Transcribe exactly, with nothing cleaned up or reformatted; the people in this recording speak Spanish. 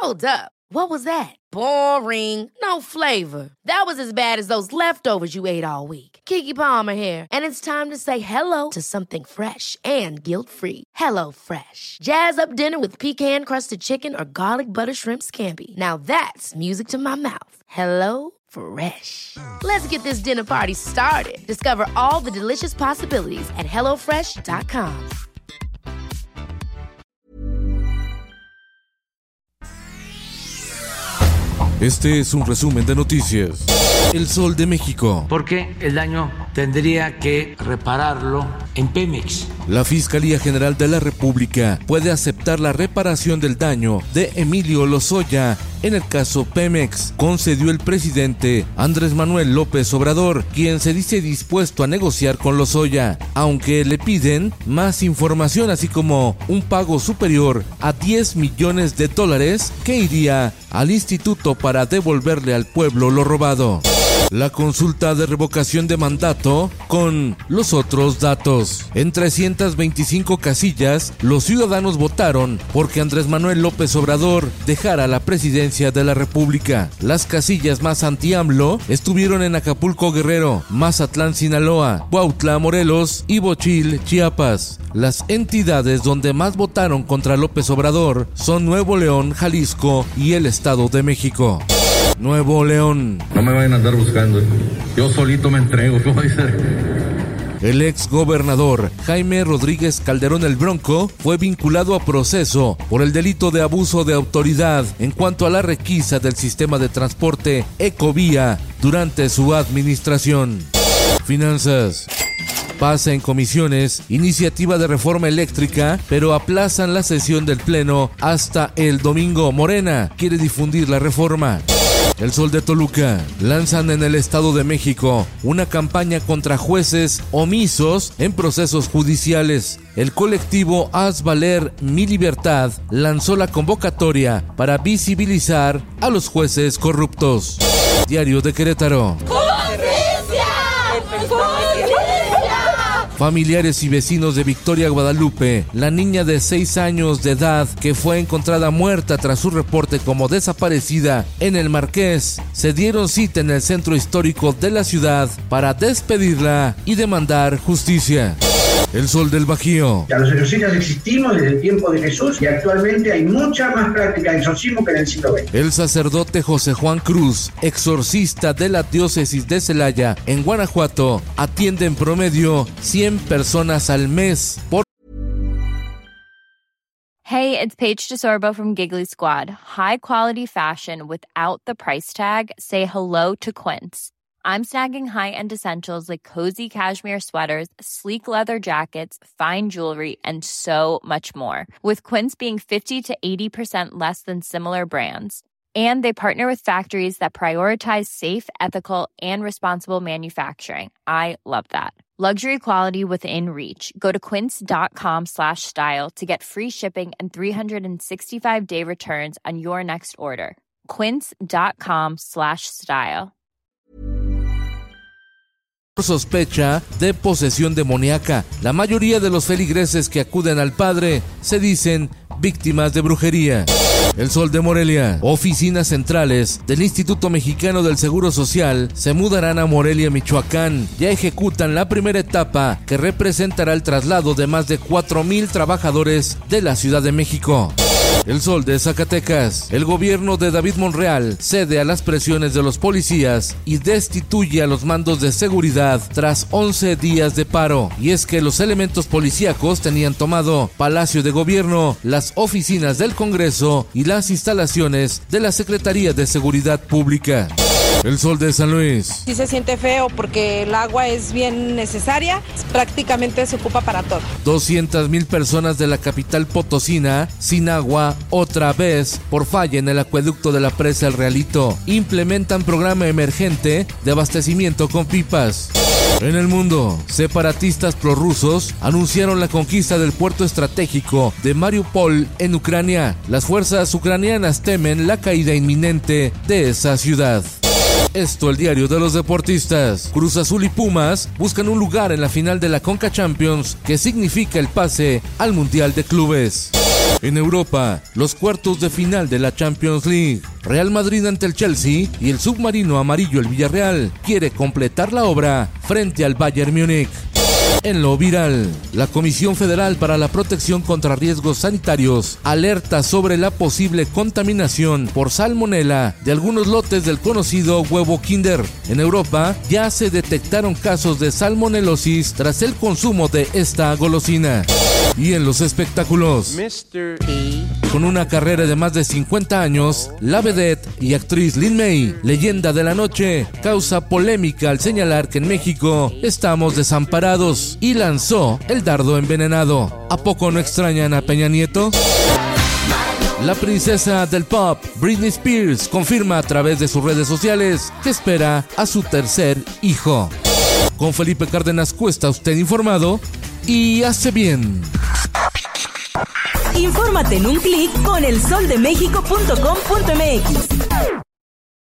Hold up. What was that? Boring. No flavor. That was as bad as those leftovers you ate all week. Keke Palmer here, and it's time to say hello to something fresh and guilt-free. Hello Fresh. Jazz up dinner with pecan-crusted chicken or garlic butter shrimp scampi. Now that's music to my mouth. Hello Fresh. Let's get this dinner party started. Discover all the delicious possibilities at hello fresh dot com. Este es un resumen de noticias. El Sol de México. Porque el daño tendría que repararlo en Pemex. La Fiscalía General de la República puede aceptar la reparación del daño de Emilio Lozoya en el caso Pemex, concedió el presidente Andrés Manuel López Obrador, quien se dice dispuesto a negociar con Lozoya, aunque le piden más información, así como un pago superior a diez millones de dólares que iría al instituto para devolverle al pueblo lo robado. La consulta de revocación de mandato con los otros datos. En trescientas veinticinco casillas, los ciudadanos votaron porque Andrés Manuel López Obrador dejara la presidencia de la República. Las casillas más anti-AMLO estuvieron en Acapulco, Guerrero, Mazatlán, Sinaloa, Cuautla, Morelos y Bochil, Chiapas. Las entidades donde más votaron contra López Obrador son Nuevo León, Jalisco y el Estado de México. Nuevo León. No me vayan a andar buscando, yo solito me entrego, ¿cómo dice? El ex gobernador Jaime Rodríguez Calderón el Bronco fue vinculado a proceso por el delito de abuso de autoridad en cuanto a la requisa del sistema de transporte Ecovía durante su administración. Finanzas. Pasa en comisiones iniciativa de reforma eléctrica, pero aplazan la sesión del Pleno hasta el domingo. Morena quiere difundir la reforma. El Sol de Toluca. Lanzan en el Estado de México una campaña contra jueces omisos en procesos judiciales. El colectivo Haz Valer Mi Libertad lanzó la convocatoria para visibilizar a los jueces corruptos. Diario de Querétaro. ¡Justicia! ¡Justicia! Familiares y vecinos de Victoria Guadalupe, la niña de seis años de edad que fue encontrada muerta tras su reporte como desaparecida en el Marqués, se dieron cita en el centro histórico de la ciudad para despedirla y demandar justicia. El Sol del Bajío. Los exorcistas existimos desde el tiempo de Jesús y actualmente hay mucha más práctica de exorcismo que en el siglo veinte. El sacerdote José Juan Cruz, exorcista de la diócesis de Celaya, en Guanajuato, atiende en promedio cien personas al mes por... Hey, it's Paige DeSorbo from Giggly Squad. High quality fashion without the price tag. Say hello to Quince. I'm snagging high-end essentials like cozy cashmere sweaters, sleek leather jackets, fine jewelry, and so much more. With Quince being fifty to eighty percent less than similar brands. And they partner with factories that prioritize safe, ethical, and responsible manufacturing. I love that. Luxury quality within reach. Go to quince.com slash style to get free shipping and three sixty-five day returns on your next order. Quince.com slash style. Sospecha de posesión demoníaca. La mayoría de los feligreses que acuden al padre se dicen víctimas de brujería. El Sol de Morelia. Oficinas centrales del Instituto Mexicano del Seguro Social se mudarán a Morelia, Michoacán. Ya ejecutan la primera etapa que representará el traslado de más de cuatro mil trabajadores de la Ciudad de México. El Sol de Zacatecas. El gobierno de David Monreal cede a las presiones de los policías y destituye a los mandos de seguridad tras once días de paro. Y es que los elementos policíacos tenían tomado Palacio de Gobierno, las oficinas del Congreso y las instalaciones de la Secretaría de Seguridad Pública. El Sol de San Luis. Sí se siente feo porque el agua es bien necesaria, prácticamente se ocupa para todo. doscientas mil personas de la capital potosina sin agua otra vez por falla en el acueducto de la presa El Realito. Implementan programa emergente de abastecimiento con pipas. En el mundo, separatistas prorrusos anunciaron la conquista del puerto estratégico de Mariupol en Ucrania. Las fuerzas ucranianas temen la caída inminente de esa ciudad. Esto, el diario de los deportistas. Cruz Azul y Pumas buscan un lugar en la final de la Conca Champions que significa el pase al Mundial de Clubes. En Europa, los cuartos de final de la Champions League. Real Madrid ante el Chelsea y el submarino amarillo el Villarreal quiere completar la obra frente al Bayern Múnich. En lo viral, la Comisión Federal para la Protección contra Riesgos Sanitarios alerta sobre la posible contaminación por salmonela de algunos lotes del conocido huevo Kinder. En Europa ya se detectaron casos de salmonelosis tras el consumo de esta golosina. Y en los espectáculos, mister T. Con una carrera de más de cincuenta años, la vedette y actriz Lin May, leyenda de la noche, causa polémica al señalar que en México estamos desamparados y lanzó el dardo envenenado. ¿A poco no extrañan a Peña Nieto? La princesa del pop, Britney Spears, confirma a través de sus redes sociales que espera a su tercer hijo. Con Felipe Cárdenas Cuesta, usted informado y hace bien. Infórmate en un clic con el sol de méxico punto com punto m x.